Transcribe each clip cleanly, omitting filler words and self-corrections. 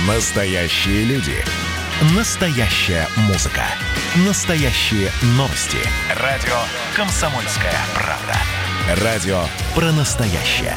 Настоящие люди. Настоящая музыка. Настоящие новости. Радио «Комсомольская правда». Радио про настоящее.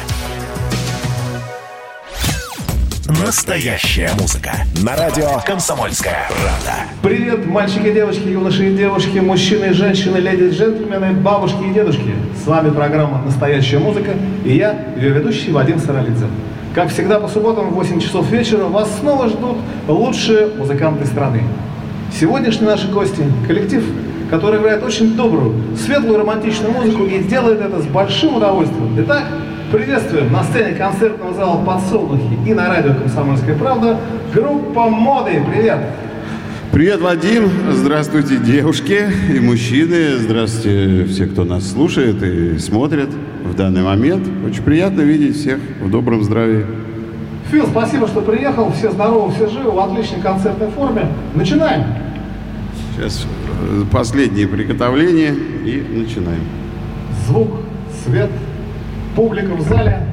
Настоящая музыка. На радио «Комсомольская правда». Привет, мальчики, девочки, юноши и девушки, мужчины и женщины, леди и джентльмены, бабушки и дедушки. С вами программа «Настоящая музыка» и я, ее ведущий Вадим Саралидзе. Как всегда, по субботам в 8 часов вечера вас снова ждут лучшие музыканты страны. Сегодняшние наши гости – коллектив, который играет очень добрую, светлую, романтичную музыку и делает это с большим удовольствием. Итак, приветствуем на сцене концертного зала «Подсолнухи» и на радио «Комсомольская правда» группа «Моды». Привет! Привет, Вадим! Здравствуйте, девушки и мужчины! Здравствуйте все, кто нас слушает и смотрит в данный момент. Очень приятно видеть всех в добром здравии. Фил, спасибо, что приехал. Все здоровы, все живы, в отличной концертной форме. Начинаем! Сейчас последние приготовления и начинаем. Звук, свет, публика в зале.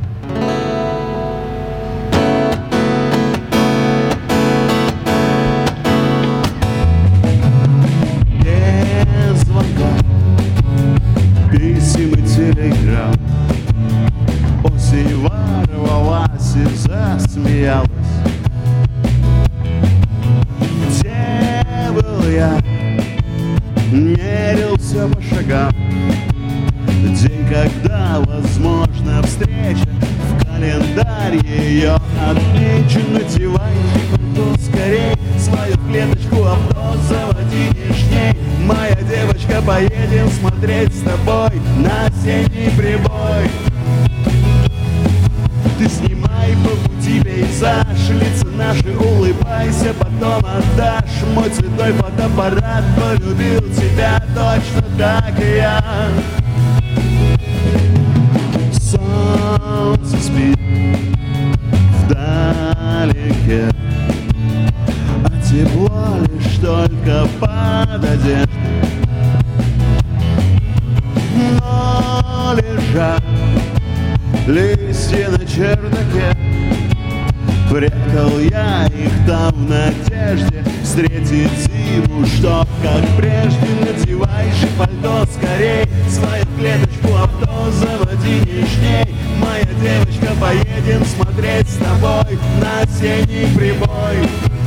Без звонка, писем и телеграмм, осень ворвалась и засмеялась. Где был я? Мерился по шагам. День, когда возможна встреча, в календарь ее отмечен. Надевай пальто скорей, свою клеточку авто заводи нежней. Моя девочка, поедем смотреть с тобой на осенний прибой. Ты снимай по пути пейзаж, лица наши, улыбайся, потом отдашь. Мой цветной фотоаппарат полюбил тебя точно так и я. Солнце спит вдалеке, а тепло лишь только под одеждой. Но лежат листья на чердаке, прятал я их там в надежде встретить зиму, чтоб как прежде. Надевай же пальто скорей, свою клеточку авто заводи нежней. Моя девочка, поедем смотреть с тобой на осенний прибой.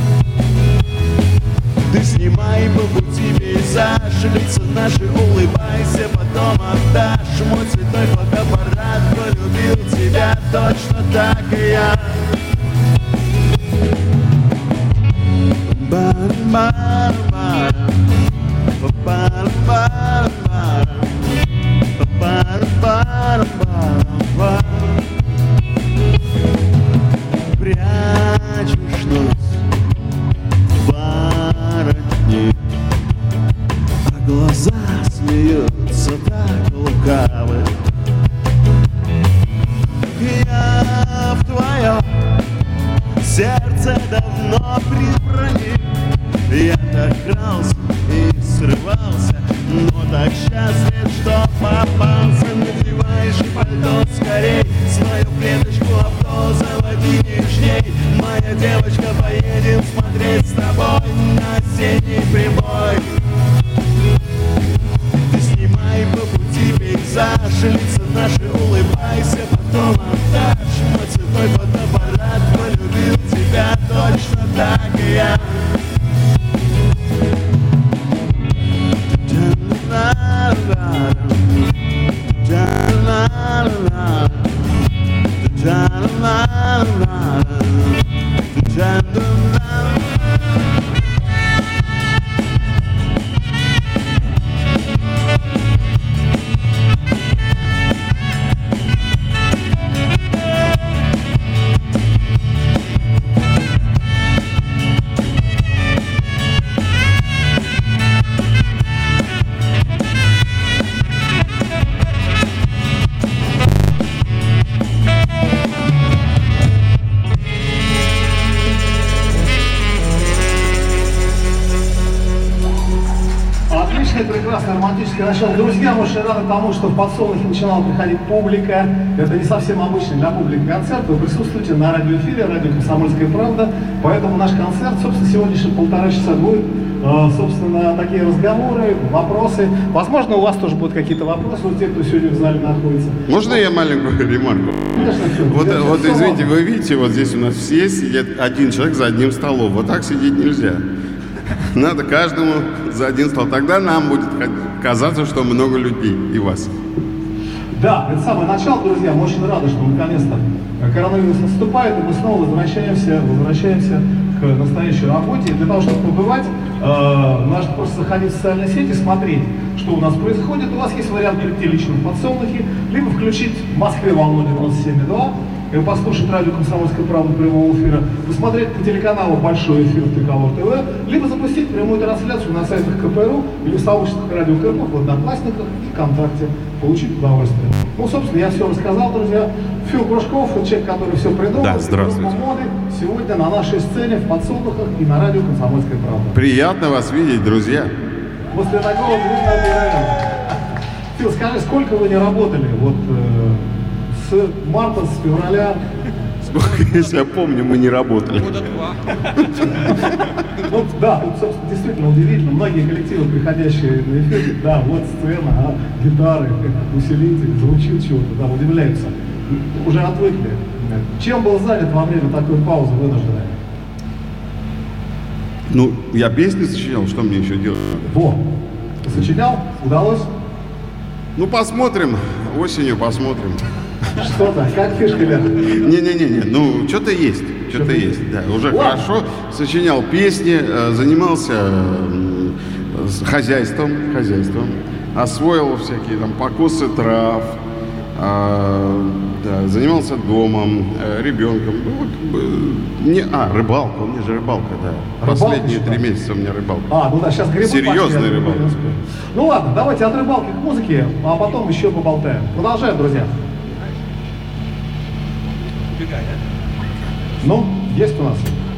Ты снимай по пути пейзаж, лица наши, улыбайся, потом отдашь. Мой цветной фотоаппарат полюбил тебя точно так и я. Прячешь нос в воротник, а глаза смеются так лукавы. Я в твоем сердце давно проник. Я так крался и срывался, но так счастлив, что попался. Надевай же пальто скорей, свою клеточку авто заводи нежней. Моя девочка, поедем смотреть с тобой на осенний прибой. Ты снимай по пути пейзаж, лица наши, улыбайся, потом отдашь. Мой цветной фотоаппарат полюбил тебя точно так и я. отличное, прекрасное, романтическое начало. Друзья, мы очень рады тому, что в Подсолнухе начинала приходить публика. Это не совсем обычный для публики концерт. Вы присутствуете на радиоэфире, радио «Комсомольская правда». Поэтому наш концерт, собственно, сегодняшние 1,5 часа будет, собственно, такие разговоры, вопросы. Возможно, у вас тоже будут какие-то вопросы, вот те, кто сегодня в зале находится. Можно я маленькую ремарку? Конечно, все. Вот извините, вы видите, вот здесь у нас все сидят один человек за одним столом. Вот так сидеть нельзя. Надо каждому за один стол. Тогда нам будет казаться, что много людей и вас. Да, это самое начало, друзья. Мы очень рады, что наконец-то коронавирус наступает, и мы снова возвращаемся к настоящей работе. Для того, чтобы побывать, нужно просто заходить в социальные сети, смотреть, что у нас происходит. У вас есть вариант прийти лично в Подсолнухи, либо включить в Москве волну 97,2, и послушать радио «Комсомольская правда» прямого эфира, посмотреть по телеканалу «Большой эфир» Триколор ТВ, либо запустить прямую трансляцию на сайтах КПРУ или в сообществах радио Крымов, в Одноклассниках и ВКонтакте. Получить удовольствие. Ну, собственно, я все рассказал, друзья. Фил Кружков, человек, который все придумал. Да, здравствуйте. Моды, сегодня на нашей сцене в Подсолнухах и на радио «Комсомольская правда». Приятно вас видеть, друзья. После такого Фил, скажи, сколько вы не работали? Вот с марта, с февраля. Сколько, если я помню, мы не работали. Ну да, тут, собственно, действительно удивительно. Многие коллективы, приходящие на эфир, да, вот сцена, гитары, усилители, звучит чего-то, да, удивляются. Уже отвыкли. Чем был занят во время такой паузы вынужденной? Ну, я песни сочинял, что мне еще делать? Во! Ты сочинял? Удалось? Ну, посмотрим. Осенью посмотрим. Что-то, как фишка вверх? Не-не-не, ну, что-то есть. Что-то есть, да. Уже хорошо. Сочинял песни, занимался хозяйством. Освоил всякие там покосы трав. Да, занимался домом, ребенком. Рыбалка, у меня же рыбалка, да. Последние 3 месяца у меня рыбалка. Ну да, сейчас грибы. Серьезная рыбалка. Ну ладно, давайте от рыбалки к музыке, а потом еще поболтаем. Продолжаем, друзья. Ну, есть у нас.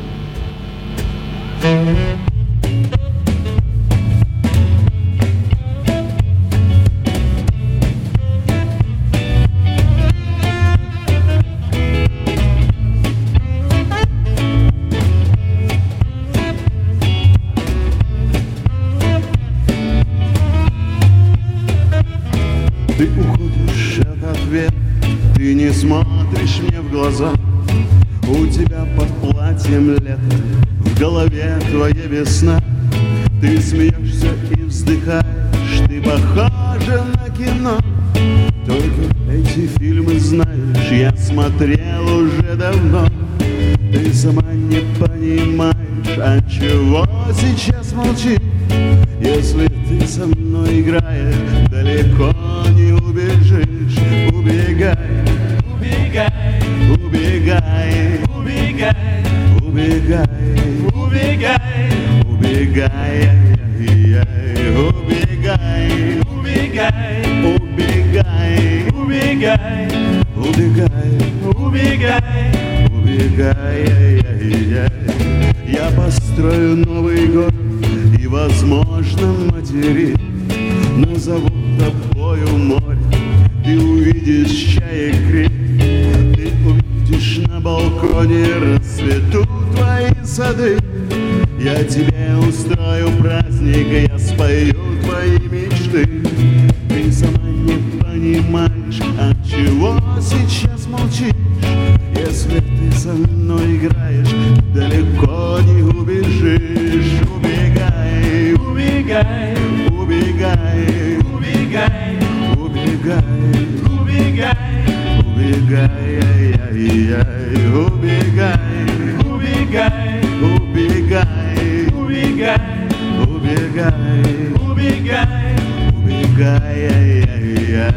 Ты уходишь от ответа, ты не смотришь мне в глаза. У тебя под платьем лето, в голове твоя весна. Ты смеешься и вздыхаешь, ты похожа на кино. Только эти фильмы знаешь, я смотрел уже давно. Ты сама не понимаешь, отчего сейчас молчишь. Если ты со мной играешь, далеко не убежишь. Убегай, убегай, убегай, убегай, убегай, убегай, убегай, убегай, убегай, убегай, убегай, убегай, убегай, убегай. Я построю Новый год и, возможно, материк. Назову тобою море, ты увидишь чаек крик. Ты увидишь на балконе расцветут твои сады. Я тебе устрою праздник, я спою твои мечты. Ты сама не понимаешь, отчего сейчас молчишь. Если ты со мной играешь, далеко не убежишь. Убегай, убегай, убегай, убегай, убегай, убегай, убегай, убегай, убегай, убегай, убегай, убегай, убегай, убегай.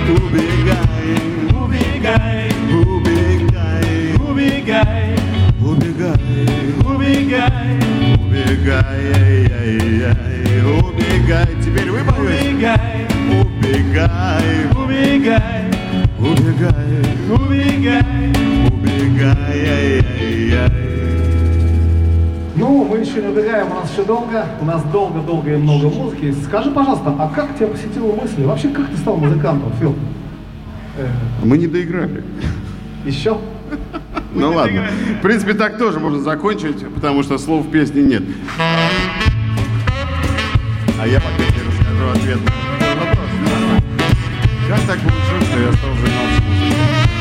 Убегай, убегай. Теперь вы поете. Убегай, убегай, убегай, убегай, убегай. Ну, мы еще не убегаем, у нас еще долго. У нас долго и много музыки. Скажи, пожалуйста, а как тебя посетила мысль? Вообще, как ты стал музыкантом, Фил? Мы не доиграли. Еще? Ну ладно. В принципе, так тоже можно закончить, потому что слов в песне нет. А я пока тебе расскажу ответ на вопрос. Как так получилось, что я стал заниматься музыкой?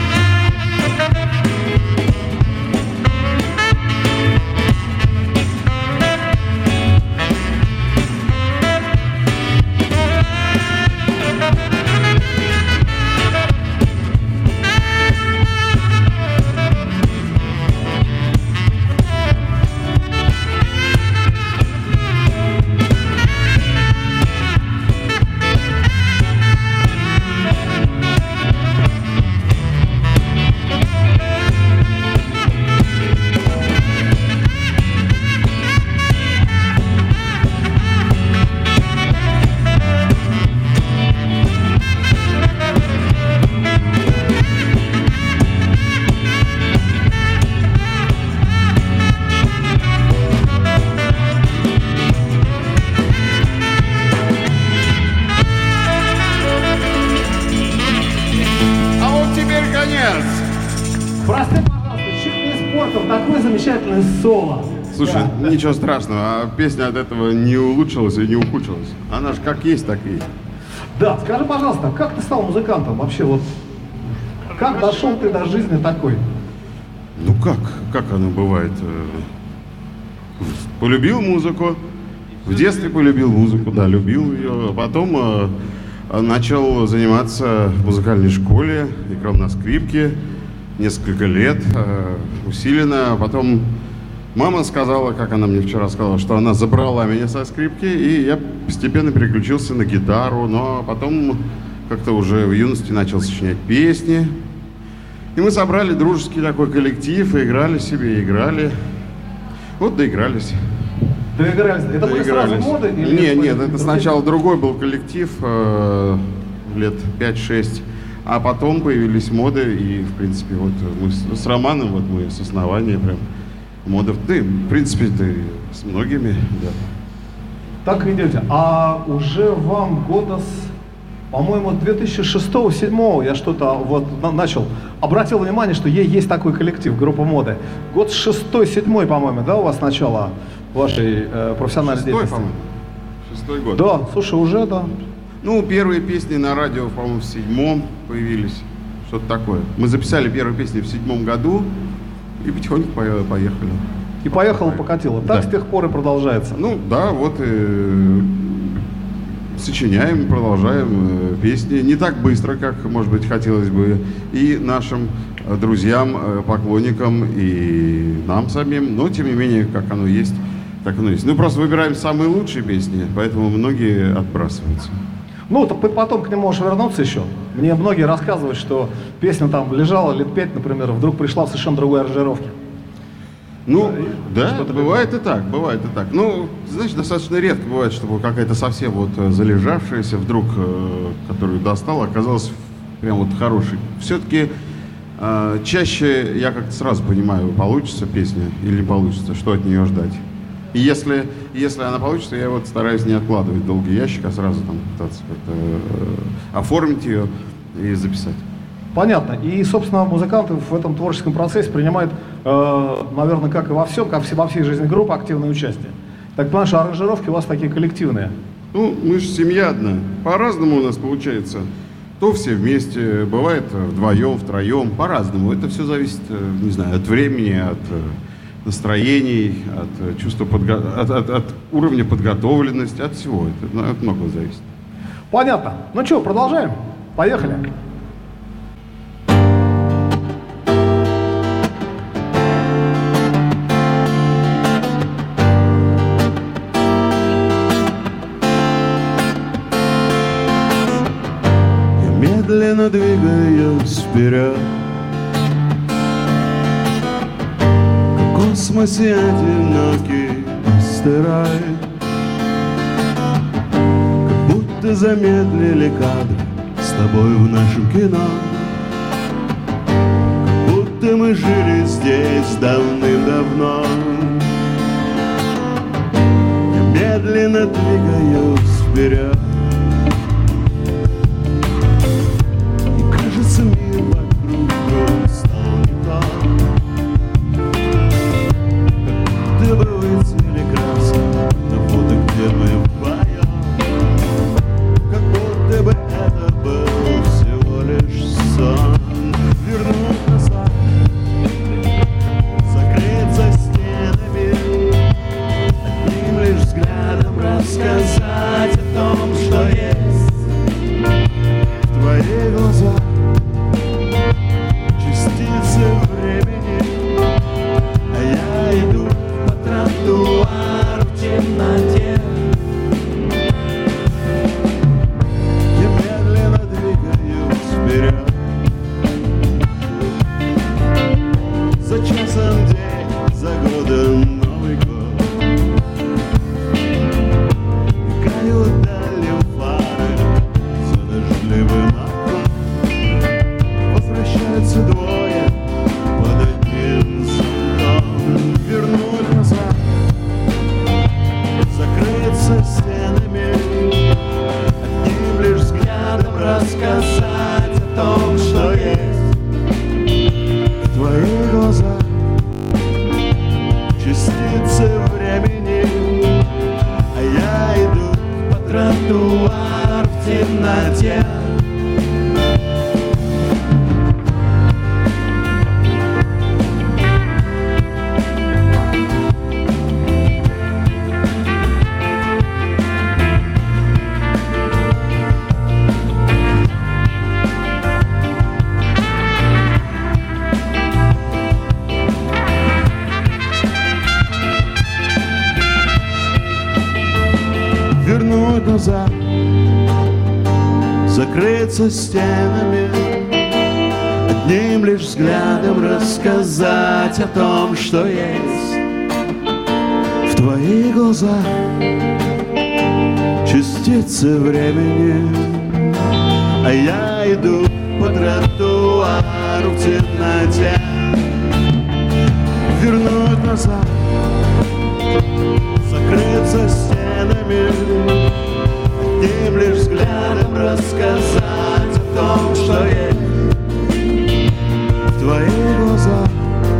Прости, пожалуйста, чуть не испортил такое замечательное соло. Слушай, ничего страшного, а песня от этого не улучшилась и не ухудшилась. Она же как есть, так и есть. Да, скажи, пожалуйста, как ты стал музыкантом вообще? Вот как дошел ты до жизни такой? Ну как оно бывает? Полюбил музыку, в детстве полюбил музыку, да, любил ее. Потом начал заниматься в музыкальной школе, играл на скрипке несколько лет, усиленно. Потом мама сказала, как она мне вчера сказала, что она забрала меня со скрипки, и я постепенно переключился на гитару. Но потом как-то уже в юности начал сочинять песни. И мы собрали дружеский такой коллектив, и играли себе, играли. Вот доигрались. Доигрались? Это были сразу моды? Нет, это сначала другой был коллектив, лет 5-6. А потом появились моды, и, в принципе, вот мы с Романом, вот мы с основания прям модов. Ты, в принципе, ты с многими, да. Так идете. А уже вам года по-моему, 2006-2007 я что-то вот начал, обратил внимание, что есть такой коллектив, группа моды. Год 6-7, по-моему, да, у вас начало вашей профессиональной деятельности? Шестой год. Да, слушай, уже, да. Ну, первые песни на радио, по-моему, в 7-м появились, что-то такое. Мы записали первые песни в 7-м году и потихоньку поехали. И поехало, покатило. Так да. С тех пор и продолжается. Ну, да, вот сочиняем, продолжаем песни. Не так быстро, как, может быть, хотелось бы и нашим друзьям, поклонникам, и нам самим. Но, тем не менее, как оно есть, так оно есть. Ну, просто выбираем самые лучшие песни, поэтому многие отбрасываются. Ну, то потом к нему можешь вернуться еще. Мне многие рассказывают, что песня там лежала лет 5, например, вдруг пришла в совершенно другой аранжировке. Ну, да, бывает и так, бывает и так. Ну, знаешь, достаточно редко бывает, чтобы какая-то совсем вот залежавшаяся вдруг, которую достала, оказалась прям вот хорошей. Все-таки чаще я как-то сразу понимаю, получится песня или не получится, что от нее ждать. И если она получится, я вот стараюсь не откладывать долгий ящик, а сразу там пытаться как-то оформить ее и записать. Понятно. И, собственно, музыканты в этом творческом процессе принимают, наверное, как и во всем, как во всей жизни группы, активное участие. Так понимаешь, аранжировки у вас такие коллективные. Ну, мы же семья одна. По-разному у нас получается. То все вместе, бывает вдвоем, втроем, по-разному. Это все зависит, не знаю, от времени, от настроений, от чувства, от уровня подготовленности, от всего. Это от многого зависит. Понятно. Ну что, продолжаем? Поехали. Медленно двигаюсь вперед, в космосе одинокий чистый рай. Как будто замедлили кадры с тобой в нашем кино. Как будто мы жили здесь давным-давно. Я медленно двигаюсь вперед. И кажется, мир вокруг вдруг стал не тот. Как будто бы выцвели краски на фото, где мы вдвоем. Как будто бы это был всего лишь сон. Вернуть назад, закрыться стенами, одним лишь взглядом рассказать о том, что есть в твоих глазах. Частицы времени, а я иду по тротуару в темноте. Я медленно двигаюсь вперед. За часом день, за годом Новый год. Мигают дальним фары за дождливым окном. Возвращаются двое под одним зонтом. Вернуть назад, закрыться стенами, одним лишь взглядом рассказать о том, что есть в твоих глазах. Частицы времени, а я иду по тротуару в темноте. Вернуть назад, закрыться стенами, одним лишь взглядом рассказать о том, что есть в твоих глазах. Частицы времени, а я иду по тротуару в темноте. Вернуть назад, закрыться стенами, одним лишь взглядом рассказать о том, что есть в твоих глазах.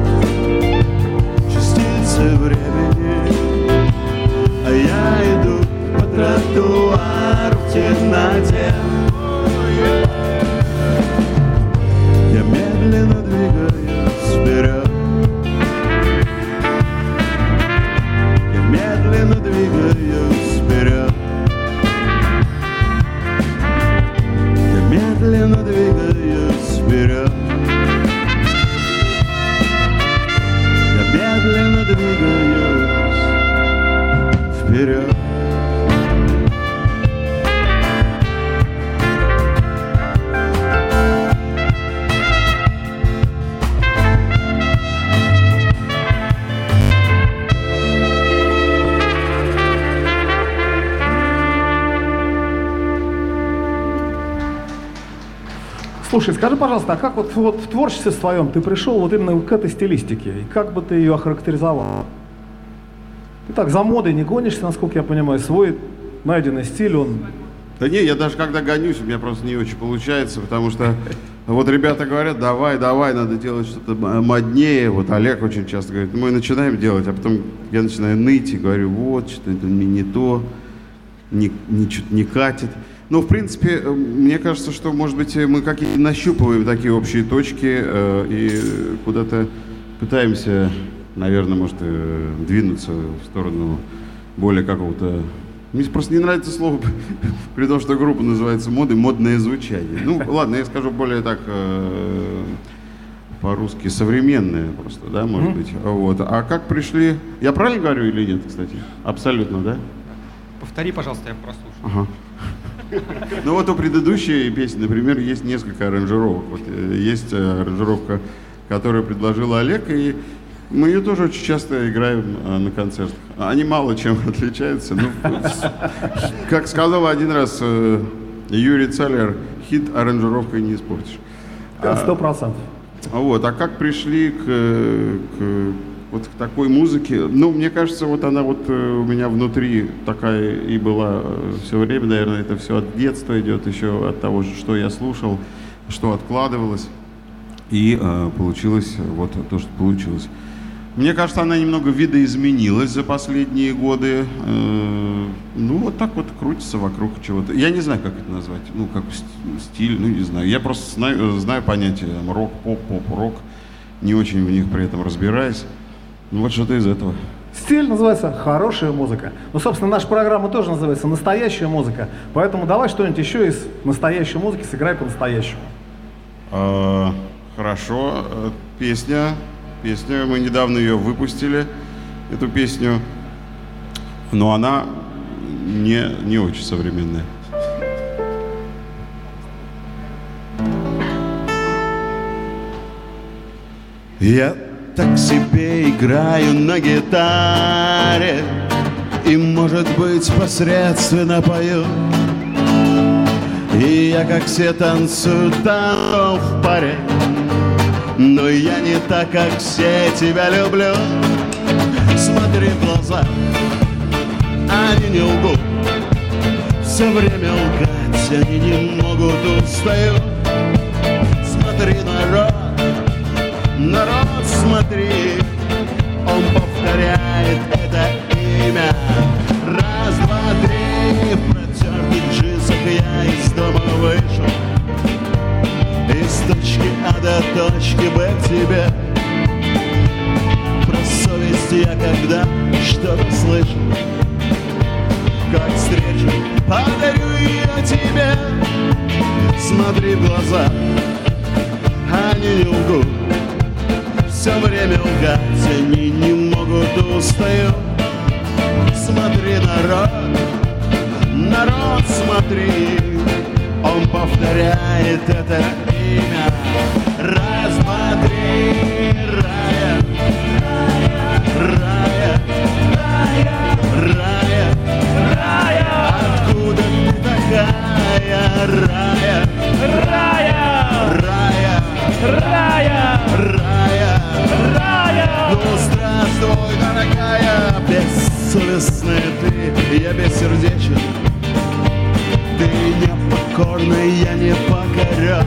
Частицы времени, а я иду по тротуару в темноте. Я медленно двигаюсь вперед. Я медленно двигаюсь вперед. Я медленно двигаюсь вперед. Я медленно двигаюсь вперед. Слушай, скажи, пожалуйста, а как вот в творчестве своем ты пришел вот именно к этой стилистике? И как бы ты ее охарактеризовал? Ты так за модой не гонишься, насколько я понимаю, свой найденный стиль, он... Да не, я даже когда гонюсь, у меня просто не очень получается, потому что вот ребята говорят, давай, надо делать что-то моднее. Вот Олег очень часто говорит, мы начинаем делать, а потом я начинаю ныть и говорю, вот, что-то это не то, что-то не катит. Но, в принципе, мне кажется, что, может быть, мы какие-то нащупываем такие общие точки и куда-то пытаемся, наверное, может, двинуться в сторону более какого-то... Мне просто не нравится слово, при том, что группа называется модное звучание. Ну, ладно, я скажу более так, по-русски, современное просто, да, может быть. Вот. А как пришли... Я правильно говорю или нет, кстати? Абсолютно, да? Повтори, пожалуйста, я прослушаю. Ага. Ну вот у предыдущей песни, например, есть несколько аранжировок. Вот, есть аранжировка, которую предложил Олег, и Мы ее тоже очень часто играем на концертах. Они мало чем отличаются. Ну, как сказал один раз Юрий Цалер, хит аранжировкой не испортишь. 100%. Вот, а как пришли вот к такой музыке? Ну, мне кажется, вот она вот у меня внутри такая и была все время, наверное, это все от детства идет, еще от того, что я слушал, что откладывалось, и получилось вот то, что получилось. Мне кажется, она немного видоизменилась за последние годы. Ну, вот так вот крутится вокруг чего-то. Я не знаю, как это назвать. Ну, как стиль, ну, не знаю. Я просто знаю понятие там, рок, поп, поп-рок. Не очень в них при этом разбираюсь. Ну, вот что-то из этого. Стиль называется «Хорошая музыка». Ну, собственно, наша программа тоже называется «Настоящая музыка». Поэтому давай что-нибудь еще из настоящей музыки сыграй по-настоящему. Хорошо. Песня, мы недавно ее выпустили, эту песню, но она не очень современная. Я так себе играю на гитаре и, может быть, посредственно пою. И я, как все, танцую танцов в паре, но я не так, как все, тебя люблю. Смотри в глаза, они не лгут. Все время лгать они не могут, устаю. Смотри, народ, смотри, он повторяет это имя. Раз, два, три, в протертых джинсах я из дома вышел. Из точки А до точки Б к тебе. Про совесть я когда что-то слышу, как встречу подарю я тебе. Смотри в глаза, они не лгут. Все время лгать они не могут, устаю. Смотри, народ, смотри, он повторяет это имя. Раз, два, три, рая, рая, рая, рая. Откуда ты такая, рая, рая, рая, рая, рая, рая. Ну, здравствуй, дорогая, бессовестная ты, я бессердечен. Ты непокорный, я не покорен.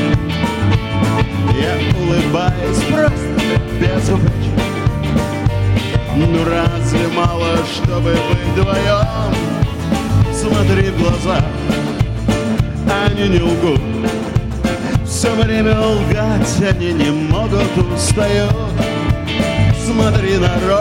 Я улыбаюсь просто безупречно. Ну разве мало, чтобы быть вдвоем? Смотри в глаза, они не лгут. Все время лгать они не могут, устают. Смотри,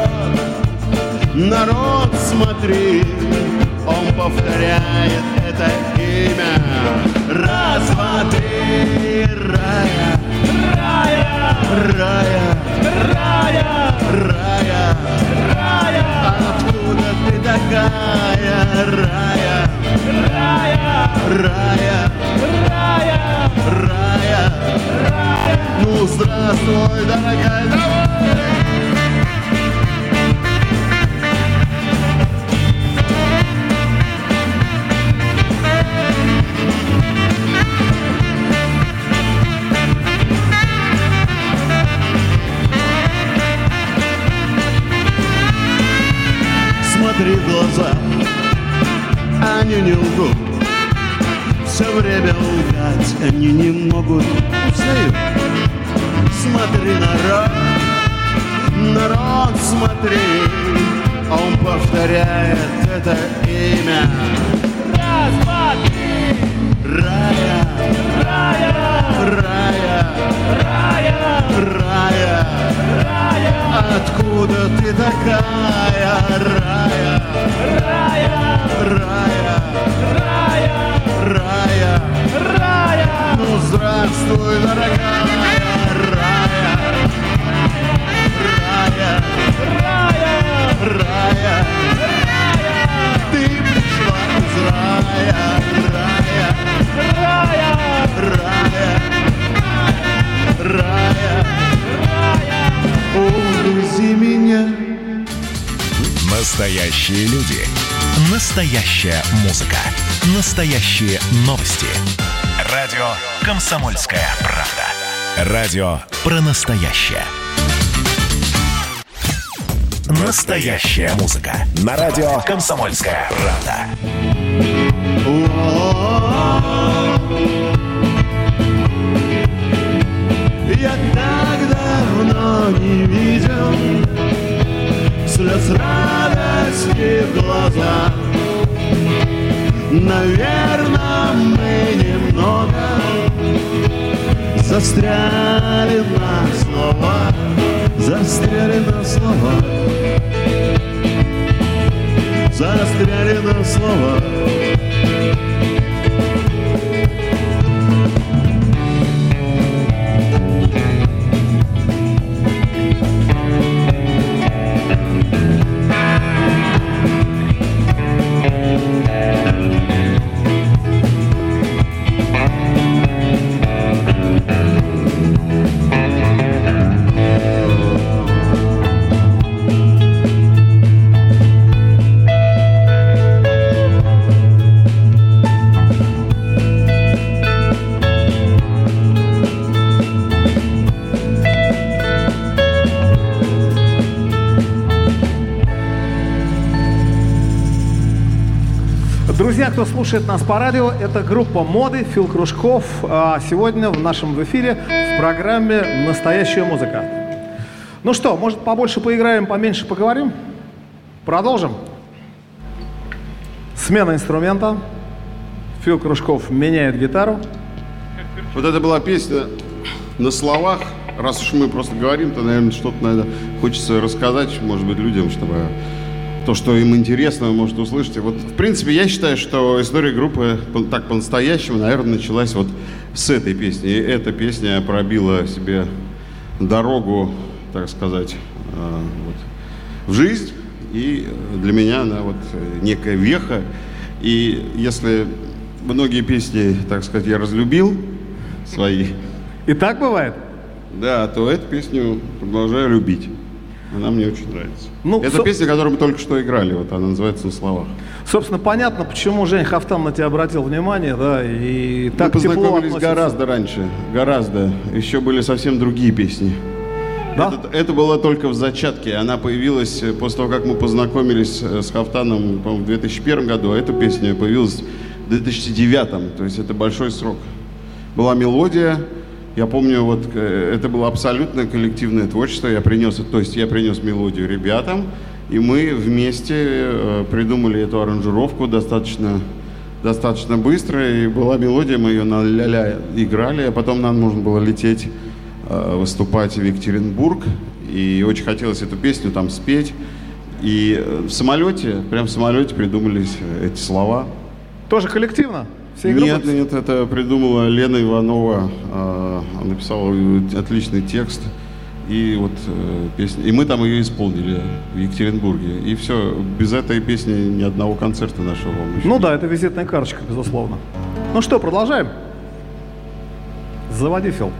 народ, смотри, он повторяет это имя. Раз, два, три, рая, рая, рая, рая, рая, рая. Откуда ты такая, рая, рая, рая, рая, рая, рая. Ну, здравствуй, дорогая, давай. Смотри в глаза, они не лгут. Все время лгать они не могут, устают. Смотри, народ, смотри, он повторяет это имя. Раз, два, три, рая, рая, рая, рая, рая, рая. Откуда ты такая, рая, рая, рая, рая, рая, рая. Ну, здравствуй, дорогая, рая, рая, рая, рая, рая. Ты пришла из рая, рая, рая, Настоящие люди. Настоящая музыка. Настоящие новости. Радио «Комсомольская правда». Радио про настоящее. Настоящая музыка. На радио «Комсомольская правда». Я так давно не видел слез радости в глазах. Наверное, мы немного застряли на словах, застряли на словах, застряли на словах. Друзья, кто слушает нас по радио, это группа «Моды», Фил Кружков. Сегодня в нашем эфире в программе «Настоящая музыка». Ну что, может, побольше поиграем, поменьше поговорим? Продолжим. Смена инструмента. Фил Кружков меняет гитару. Вот это была песня на словах. Раз уж мы просто говорим, то, наверное, что-то хочется рассказать, может быть, людям, чтобы то, что им интересно, вы можете услышать. Вот, в принципе, я считаю, что история группы так по-настоящему, наверное, началась вот с этой песни. И эта песня пробила себе дорогу, так сказать, вот, в жизнь. И для меня она вот некая веха. И если многие песни, так сказать, я разлюбил свои. И так бывает? Да, то эту песню продолжаю любить. Она мне очень нравится. Ну, это песня, которую мы только что играли, вот она называется «На словах». Собственно, понятно, почему Жень Хафтан на тебя обратил внимание, да, и мы так тепло познакомились относится. гораздо раньше, гораздо. Еще были совсем другие песни. Да? Это было только в зачатке. Она появилась после того, как мы познакомились с Хафтаном, по-моему, в 2001 году, а эта песня появилась в 2009, то есть это большой срок. Была мелодия. Я помню, вот это было абсолютно коллективное творчество. Я принес мелодию ребятам, и мы вместе придумали эту аранжировку достаточно быстро. И была мелодия, мы ее на ля-ля играли, а потом нам нужно было лететь, выступать в Екатеринбург. И очень хотелось эту песню там спеть. И прям в самолете придумались эти слова. Тоже коллективно? Нет, это придумала Лена Иванова. Она написала отличный текст. И вот песня. И мы там ее исполнили в Екатеринбурге. И все, без этой песни ни одного концерта нашего. Ну да, это визитная карточка, безусловно. Ну что, продолжаем? Заводи, Фил.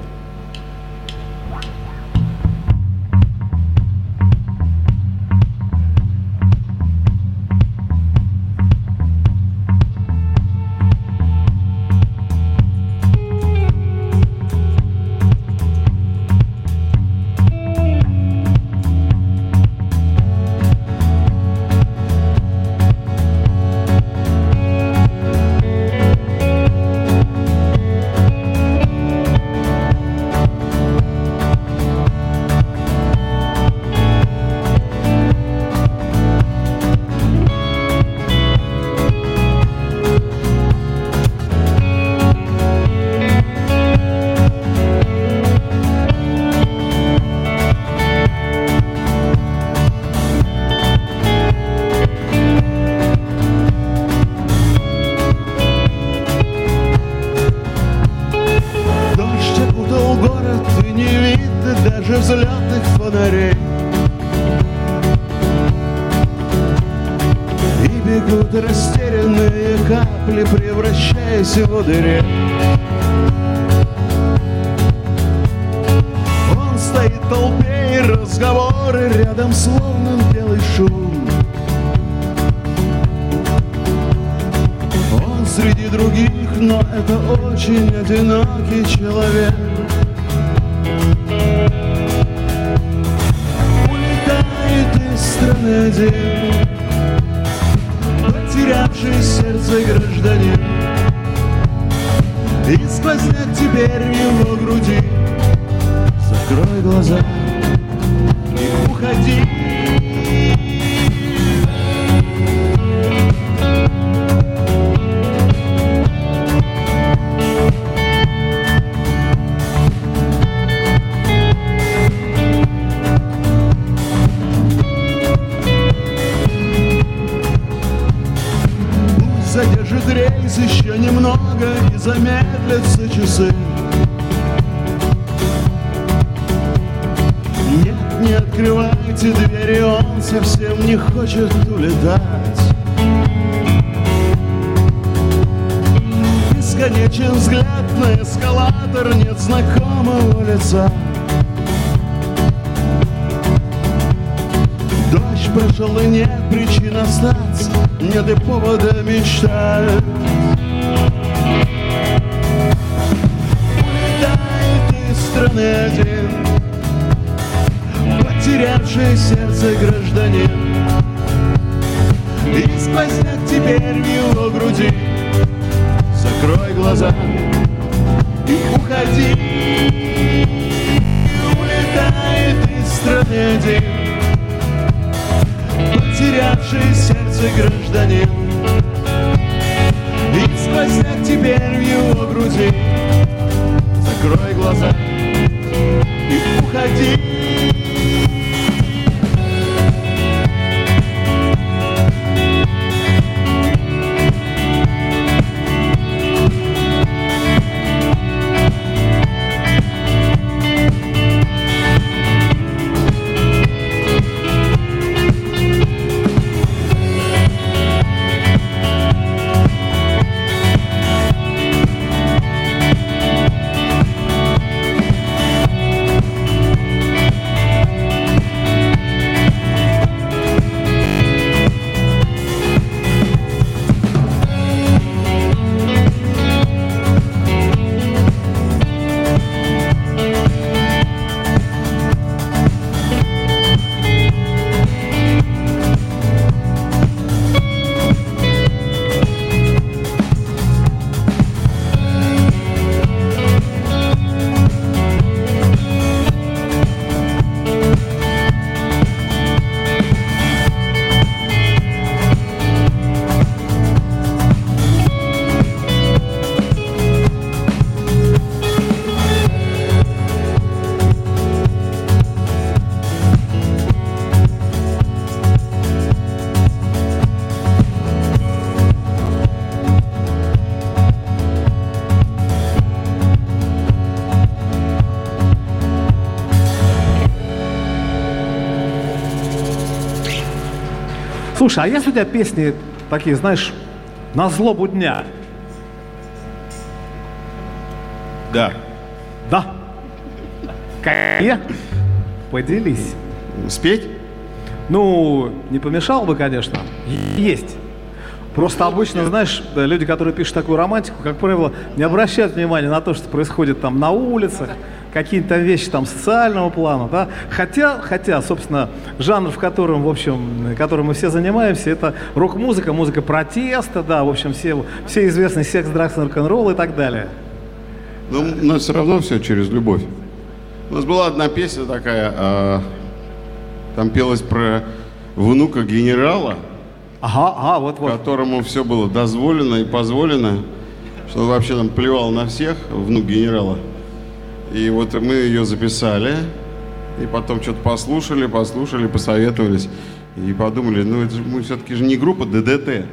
взлетных фонарей. И бегут растерянные капли, превращаясь в водырей. Он стоит в толпе, и разговоры рядом словно белый шум. но это очень одинокий человек. Улетает из страны один, потерявший сердце гражданин. И сквозняк теперь в его груди. Закрой глаза и уходи. Задержит рейс еще немного и замедлятся часы. Нет, не открывайте двери, он совсем не хочет улетать. Бесконечен взгляд на эскалатор, нет знакомого лица. Дождь прошел и нет причин остаться, нет и повода мечтать. Улетает из страны один, потерявший сердце гражданин. И сквозняк теперь в его груди. Закрой глаза и уходи. Улетает из страны один, потерявший сердце гражданин. И сквозняк теперь в его груди. Закрой глаза и уходи. Слушай, а есть у тебя песни такие, знаешь, на злобу дня? Да. Да? Какие? Поделись. Спеть? Ну, не помешало бы, конечно. Есть. Просто обычно, знаешь, люди, которые пишут такую романтику, как правило, не обращают внимания на то, что происходит там на улицах, какие-то вещи там социального плана, да. Хотя, собственно, жанр, в котором, в общем, которым мы все занимаемся, это рок-музыка, музыка протеста, да, в общем, все известные секс, дракс, рок-н-ролл и так далее. Но все равно все через любовь. У нас была одна песня такая, там пелось про внука генерала, вот. которому все было дозволено и позволено, что он вообще там плевал на всех, внук генерала. И вот мы ее записали, и потом что-то послушали, посоветовались, и подумали, ну это же мы все-таки же не группа ДДТ.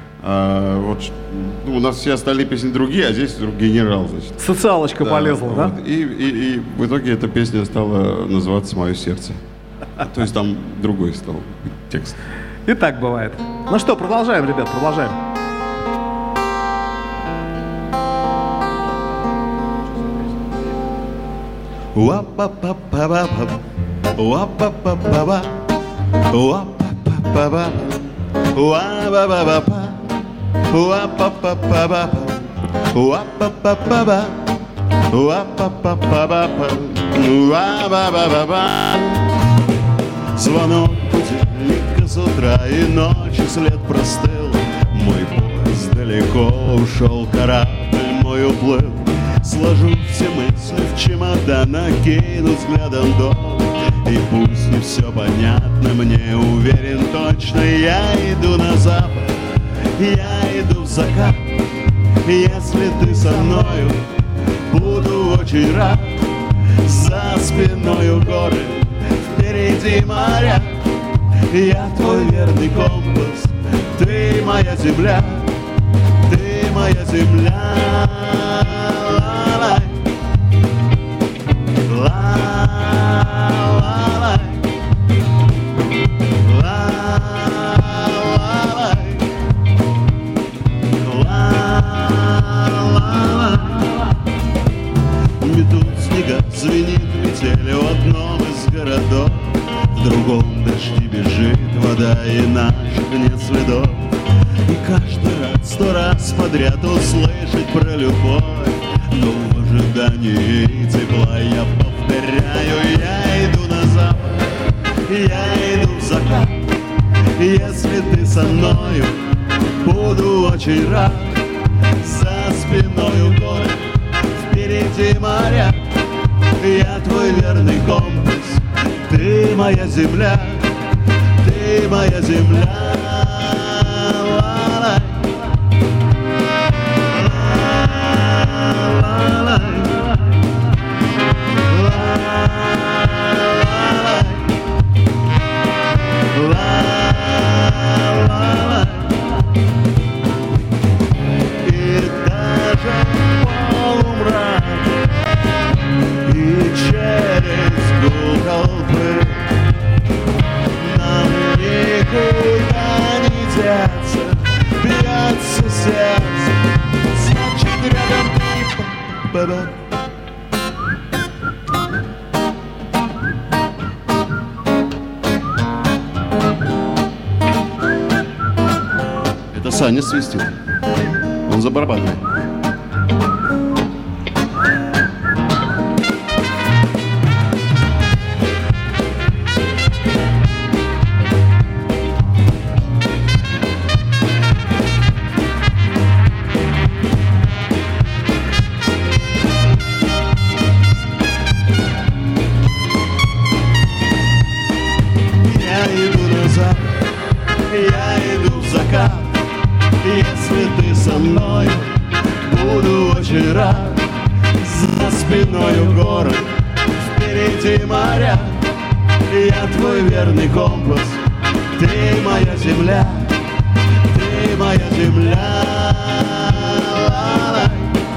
У нас все остальные песни другие, а здесь вдруг генерал, значит. Социалочка полезла, да? Вот. И в итоге эта песня стала называться «Мое сердце». То есть там другой стал текст. И так бывает. Ну что, продолжаем, ребят, продолжаем. Уа-па-па-па-ба, уа-па-па-па-ба-па, уа-ба-ба-ба-ба. Звонок будильника с утра, и ночью след простыл. Мой поезд далеко ушел, корабль мой уплыл. Сложу все мысли в чемодан, накину взглядом дом. И пусть не все понятно мне, уверен точно, я иду на запад, я иду в закат. Если ты со мною, буду очень рад. За спиною горы, впереди моря. Я твой верный компас, ты моя земля, ты моя земля. Ла-лай, ла-лай, ла-лай, ла-лай. Метут снега, звенит метель в одном из городов. В другом дожди бежит вода, и наших нет следов. И каждый раз, 100 раз подряд услышать про любовь. Но в ожидании тепла я повторяю, я иду на запад, я иду в закат. Если ты со мною, буду очень рад. За спиною горы, впереди моря. Я твой верный компас, ты моя земля, ты моя земля. Ла-лай, ла-лай, ла-лай. И даже полумрак, и через гул толпы нам никуда не деться, бьется сердце, значит рядом ты. Ба-ба. Это Саня свистит, он за барабанами. Если ты со мной, буду очень рад. За спиною горы, впереди моря. Я твой верный компас, ты моя земля, ты моя земля. Ла-лай,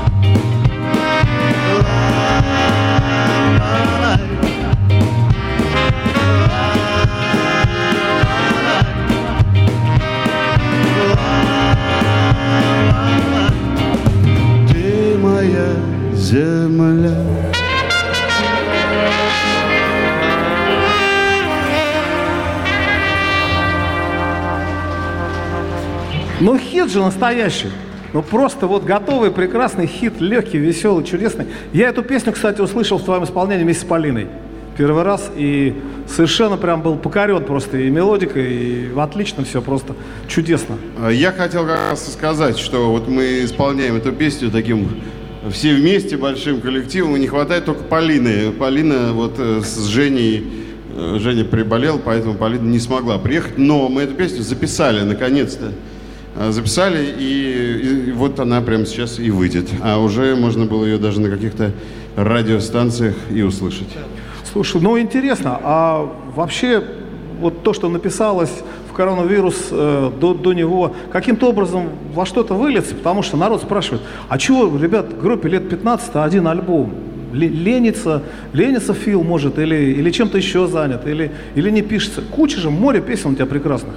ла-лай, ты моя земля. Ну, хит же настоящий. Ну, просто вот готовый, прекрасный хит, легкий, веселый, чудесный. Я эту песню, кстати, услышал в твоем исполнении вместе с Полиной. Первый раз, и совершенно прям был покорен просто и мелодикой, и отлично все, просто чудесно. Я хотел как раз сказать, что вот мы исполняем эту песню таким все вместе, большим коллективом, и не хватает только Полины. Полина вот с Женей, Женя приболел, поэтому Полина не смогла приехать, но мы эту песню записали, наконец-то. Записали, и вот она прямо сейчас и выйдет. А уже можно было ее даже на каких-то радиостанциях и услышать. Слушай, ну интересно, а вообще вот то, что написалось в коронавирус до него, каким-то образом во что-то выльется? Потому что народ спрашивает, а чего, ребят, группе лет 15, один альбом? Ленится Фил, может, или чем-то еще занят, или не пишется? Куча же, море песен у тебя прекрасных.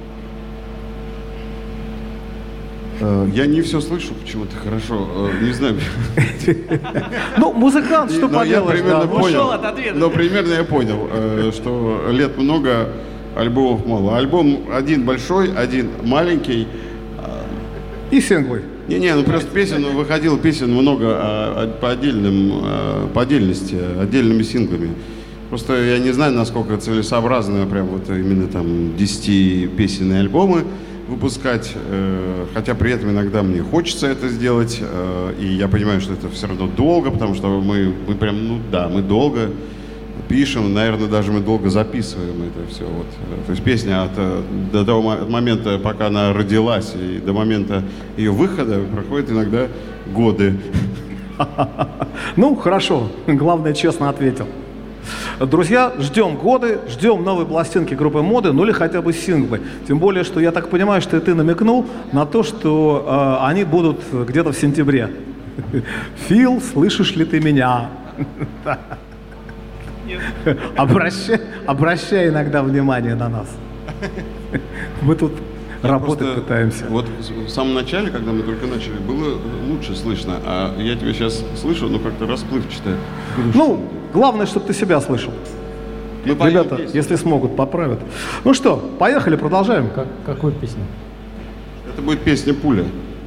Я не все слышу почему-то хорошо, не знаю. Ну, музыкант, что поделаешь. Я примерно понял, но примерно я понял, что лет много, альбомов мало. Альбом один большой, один маленький. И синглы. Не, ну просто выходило песен много по отдельности, отдельными синглами. Просто я не знаю, насколько целесообразно прям вот именно там 10-песенные альбомы выпускать, хотя при этом иногда мне хочется это сделать, и я понимаю, что это все равно долго, потому что мы прям, мы долго пишем, наверное, даже мы долго записываем это все. Вот. То есть песня от момента, пока она родилась, и до момента ее выхода проходит иногда годы. Ну, хорошо, главное, честно ответил. Друзья, ждем годы, ждем новые пластинки группы «Моды», ну или хотя бы синглы. Тем более, что я так понимаю, что и ты намекнул на то, что они будут где-то в сентябре. Фил, слышишь ли ты меня? Обращай иногда внимание на нас. Мы тут работать пытаемся. Вот в самом начале, когда мы только начали, было лучше слышно, а я тебя сейчас слышу, как-то расплывчато. Ну, главное, чтобы ты себя слышал. Ребята, если смогут, поправят. Ну что, поехали, продолжаем. Какую песню? Это будет песня «Пуля».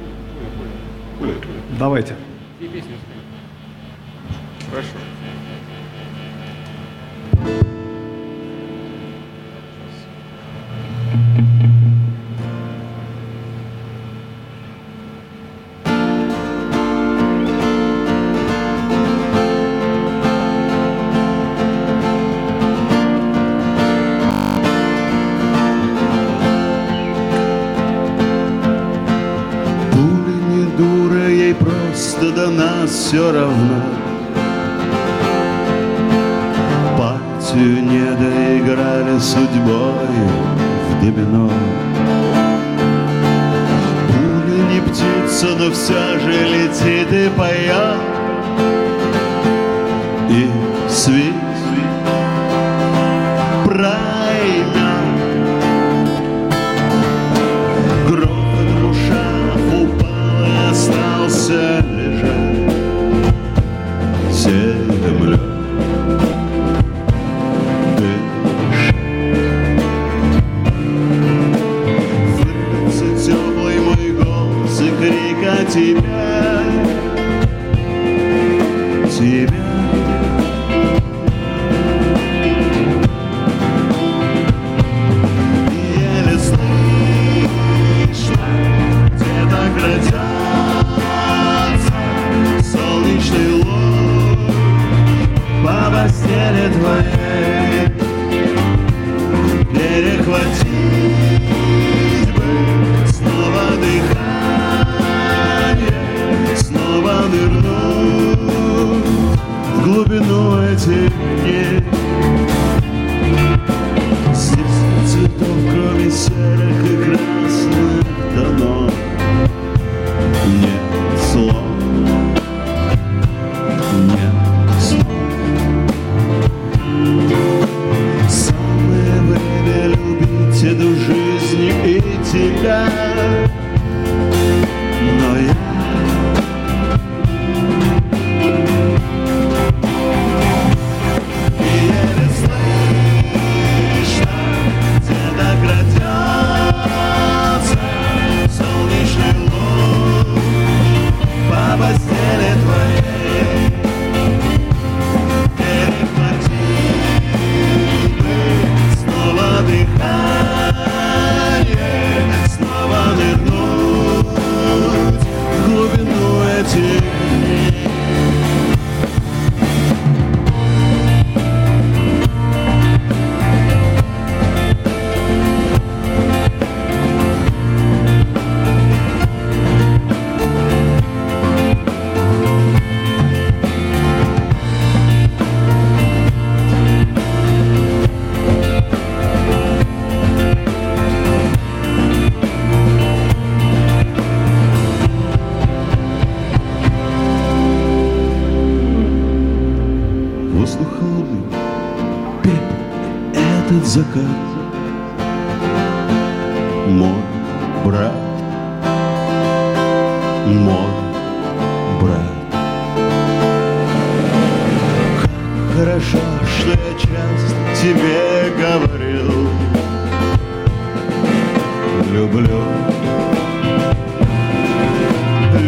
Давайте. И песню споем. Хорошо. До нас все равно. Партию не доиграли судьбой в домино. Пуля не птица, но все же летит и поет. И свет проймет. Грохот в ушах упал и остался земля. Вырвется теплый мой голос и крик о тебя. Еле слышно, где-то крадется солнечный луч по постели твоей. Перехватить бы снова дыхание, снова нырнуть в глубину этих дней. Здесь цветов, кроме серых и красных тонов, нет слов. Самое время любить эту жизнь и тебя. Но я еле слышно, где-то крадется солнечный луч по постели твоей. Снова дыхание, снова нырнуть в глубину этих дней. Воздух холодный, пепел, этот закат. Мой брат, мой брат. Как хорошо, что я часто тебе говорил. Люблю,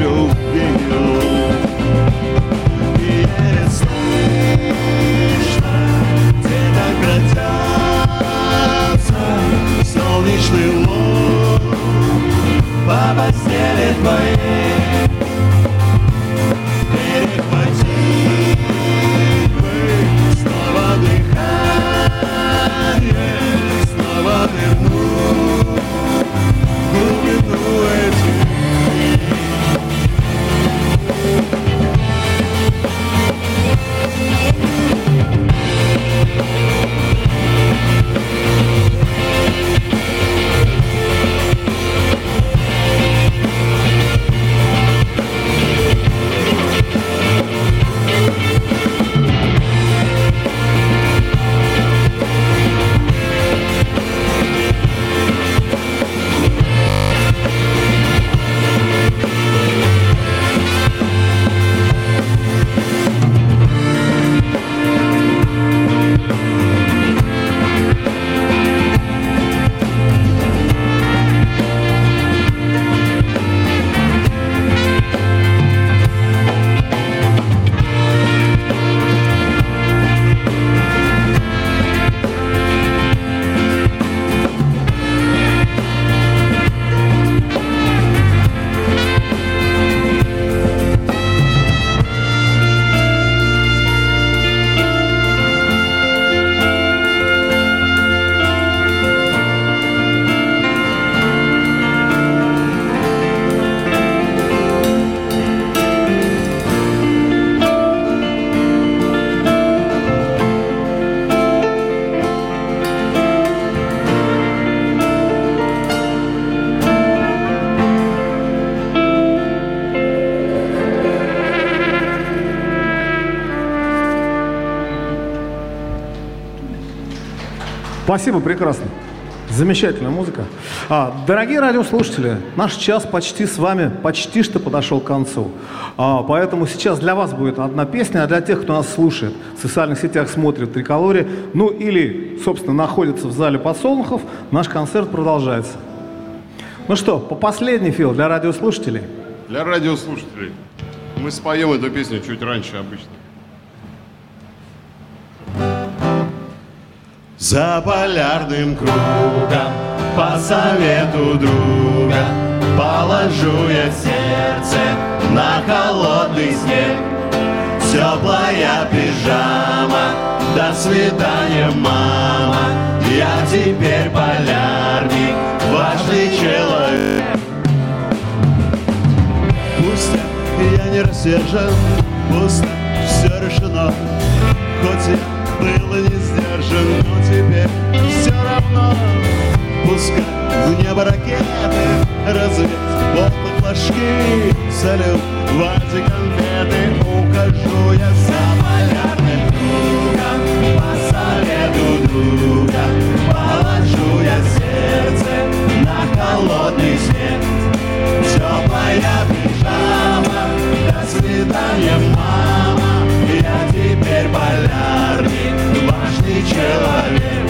Спасибо, прекрасно. Замечательная музыка. Дорогие радиослушатели, наш час почти с вами, почти что подошел к концу. Поэтому сейчас для вас будет одна песня, а для тех, кто нас слушает, в социальных сетях смотрит Триколоре, ну или, собственно, находится в зале подсолнухов, наш концерт продолжается. Ну что, по последней, Фил, для радиослушателей? Для радиослушателей. Мы споем эту песню чуть раньше обычно. За полярным кругом, по совету друга, положу я сердце на холодный снег. Теплая пижама, до свидания, мама. Я теперь полярник, важный человек. Пусть я не рассержен, пусть все решено, хоть я был и не сдержан, но теперь все равно. Пускай в небо ракеты, развеять воздух флажки, салют, вази, конфеты. Ухожу я за полярным кругом, по совету друга, положу я сердце на холодный снег. Теплая пижама, до свидания, мама. Я теперь полярник, важный человек.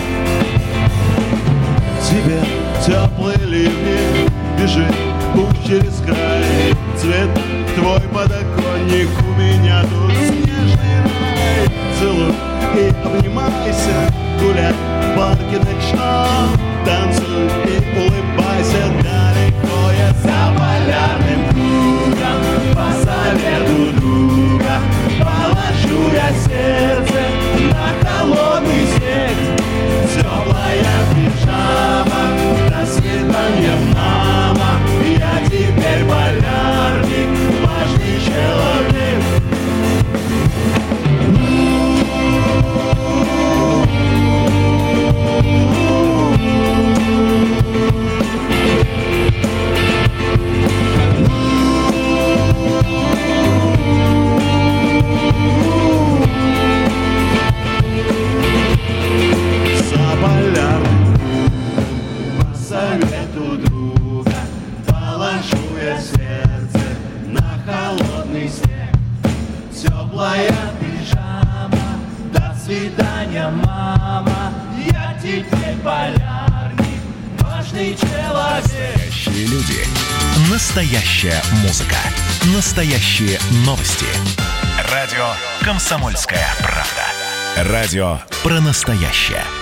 Тебе теплые ливни, бежит путь через край. Цвет твой подоконник, у меня тут снежный рай. Целуй и обнимайся, гуляй в парке ночном. Танцуй и улыбайся, далеко я за полярным кругом, по совету друга. Положу я сердце на холодный снег. Теплая пижама, до свидания, мама. Я теперь полярник, важный человек. Теплая пижама, до свидания, мама. Я теперь полярник, важный человек. Настоящие люди. Настоящая музыка. Настоящие новости. Радио «Комсомольская правда». Радио про настоящее.